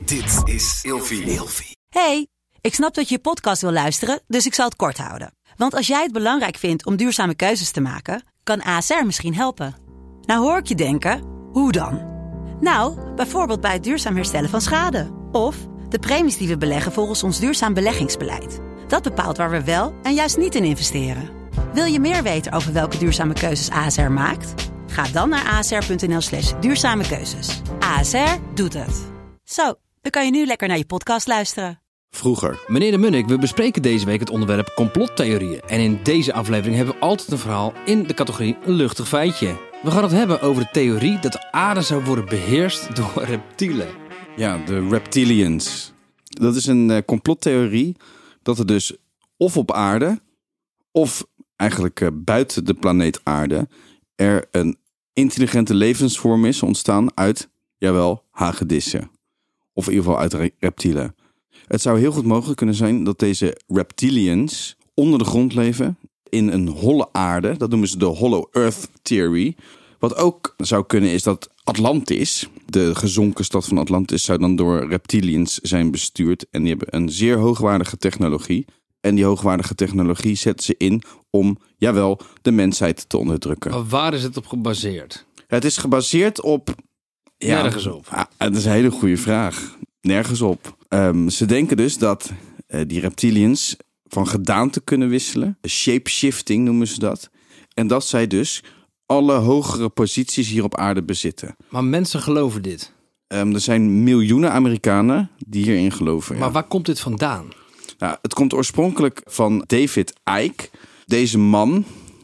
Dit is Ilfie. Hey, ik snap dat je je podcast wil luisteren, dus ik zal het kort houden. Want als jij het belangrijk vindt om duurzame keuzes te maken, kan ASR misschien helpen. Nou hoor ik je denken, hoe dan? Nou, bijvoorbeeld bij het duurzaam herstellen van schade. Of de premies die we beleggen volgens ons duurzaam beleggingsbeleid. Dat bepaalt waar we wel en juist niet in investeren. Wil je meer weten over welke duurzame keuzes ASR maakt? Ga dan naar asr.nl/duurzame keuzes. ASR doet het. Zo, dan kan je nu lekker naar je podcast luisteren. Vroeger. Meneer de Munnik, we bespreken deze week het onderwerp complottheorieën. En in deze aflevering hebben we altijd een verhaal in de categorie een luchtig feitje. We gaan het hebben over de theorie dat de aarde zou worden beheerst door reptielen. Ja, de reptilians. Dat is een complottheorie dat er dus of op aarde, of eigenlijk buiten de planeet aarde, er een intelligente levensvorm is ontstaan uit, jawel, hagedissen. Of in ieder geval uit reptielen. Het zou heel goed mogelijk kunnen zijn dat deze reptilians onder de grond leven in een holle aarde. Dat noemen ze de Hollow Earth Theory. Wat ook zou kunnen is dat Atlantis, de gezonken stad van Atlantis, zou dan door reptilians zijn bestuurd. En die hebben een zeer hoogwaardige technologie. En die hoogwaardige technologie zetten ze in om, jawel, de mensheid te onderdrukken. Maar waar is het op gebaseerd? Het is gebaseerd op... Nergens op. Dat is een hele goede vraag. Nergens op. Ze denken dus dat die reptilians van gedaante kunnen wisselen. Shapeshifting noemen ze dat. En dat zij dus alle hogere posities hier op aarde bezitten. Maar mensen geloven dit. Er zijn miljoenen Amerikanen die hierin geloven. Maar ja. waar komt dit vandaan? Nou, het komt oorspronkelijk van David Icke. Deze man...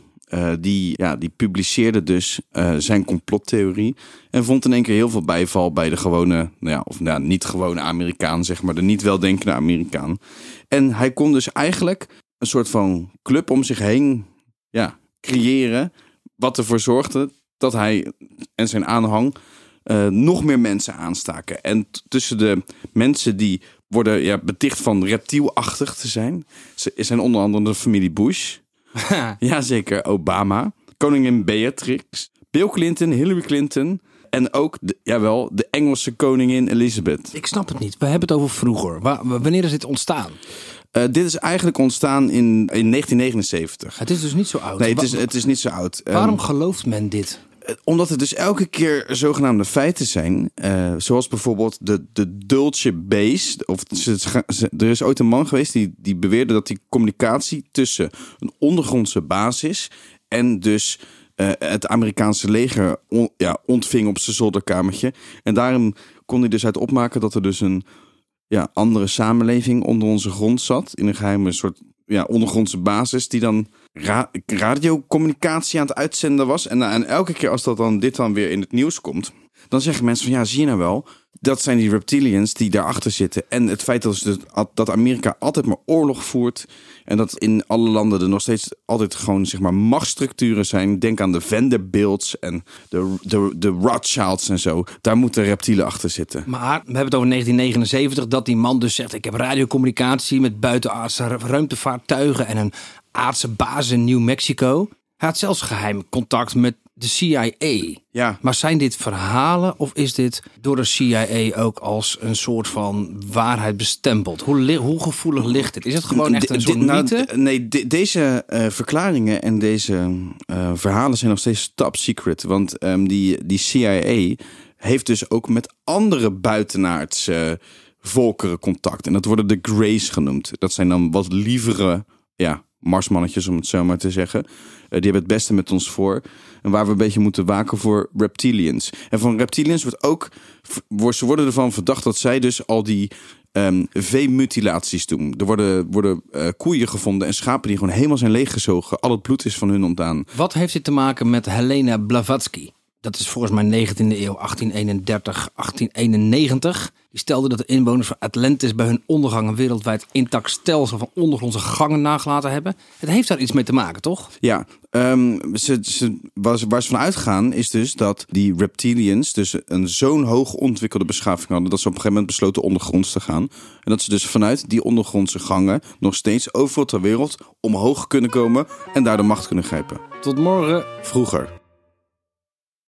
Die publiceerde dus zijn complottheorie en vond in één keer heel veel bijval bij de gewone, niet gewone Amerikaan, zeg maar, de niet weldenkende Amerikaan. En hij kon dus eigenlijk een soort van club om zich heen creëren, wat ervoor zorgde dat hij en zijn aanhang nog meer mensen aanstaken. En tussen de mensen die worden beticht van reptielachtig te zijn onder andere de familie Bush. Jazeker, Obama, koningin Beatrix, Bill Clinton, Hillary Clinton en ook de Engelse koningin Elizabeth. Ik snap het niet. We hebben het over vroeger. Wanneer is dit ontstaan? Dit is eigenlijk ontstaan in 1979. Het is dus niet zo oud. Nee, het is niet zo oud. Waarom gelooft men dit? Omdat het dus elke keer zogenaamde feiten zijn. Zoals bijvoorbeeld de Dulce Base. Er is ooit een man geweest die beweerde dat die communicatie tussen een ondergrondse basis en dus het Amerikaanse leger ontving op zijn zolderkamertje. En daarom kon hij dus uit opmaken dat er dus een andere samenleving onder onze grond zat. In een geheime soort ondergrondse basis die dan radiocommunicatie aan het uitzenden was. En elke keer als dit dan weer in het nieuws komt, dan zeggen mensen van zie je nou wel, dat zijn die reptilians die daarachter zitten. En het feit dat Amerika altijd maar oorlog voert en dat in alle landen er nog steeds altijd gewoon zeg maar machtsstructuren zijn. Denk aan de Vanderbilts en de Rothschilds en zo. Daar moeten reptielen achter zitten. Maar we hebben het over 1979 dat die man dus zegt, ik heb radiocommunicatie met buitenaardse ruimtevaartuigen en een aardse basis in New Mexico. Hij had zelfs geheim contact met de CIA. Ja. Maar zijn dit verhalen of is dit door de CIA ook als een soort van waarheid bestempeld? Hoe gevoelig ligt dit? Is het gewoon echt een soort mythe? Nee, deze verklaringen en deze verhalen zijn nog steeds top secret. Want die CIA heeft dus ook met andere buitenaardse volkeren contact. En dat worden de Greys genoemd. Dat zijn dan wat lievere marsmannetjes, om het zo maar te zeggen. Die hebben het beste met ons voor. En waar we een beetje moeten waken voor reptilians. En van reptilians ze worden ervan verdacht dat zij dus al die veemutilaties doen. Er worden koeien gevonden en schapen die gewoon helemaal zijn leeggezogen. Al het bloed is van hun ontdaan. Wat heeft dit te maken met Helena Blavatsky? Dat is volgens mij 19e eeuw, 1831, 1891. Die stelde dat de inwoners van Atlantis bij hun ondergang een wereldwijd intact stelsel van ondergrondse gangen nagelaten hebben. Het heeft daar iets mee te maken, toch? Ja, waar ze van uitgaan is dus dat die reptilians dus zo'n hoog ontwikkelde beschaving hadden dat ze op een gegeven moment besloten ondergronds te gaan. En dat ze dus vanuit die ondergrondse gangen nog steeds overal ter wereld omhoog kunnen komen en daar de macht kunnen grijpen. Tot morgen. Vroeger.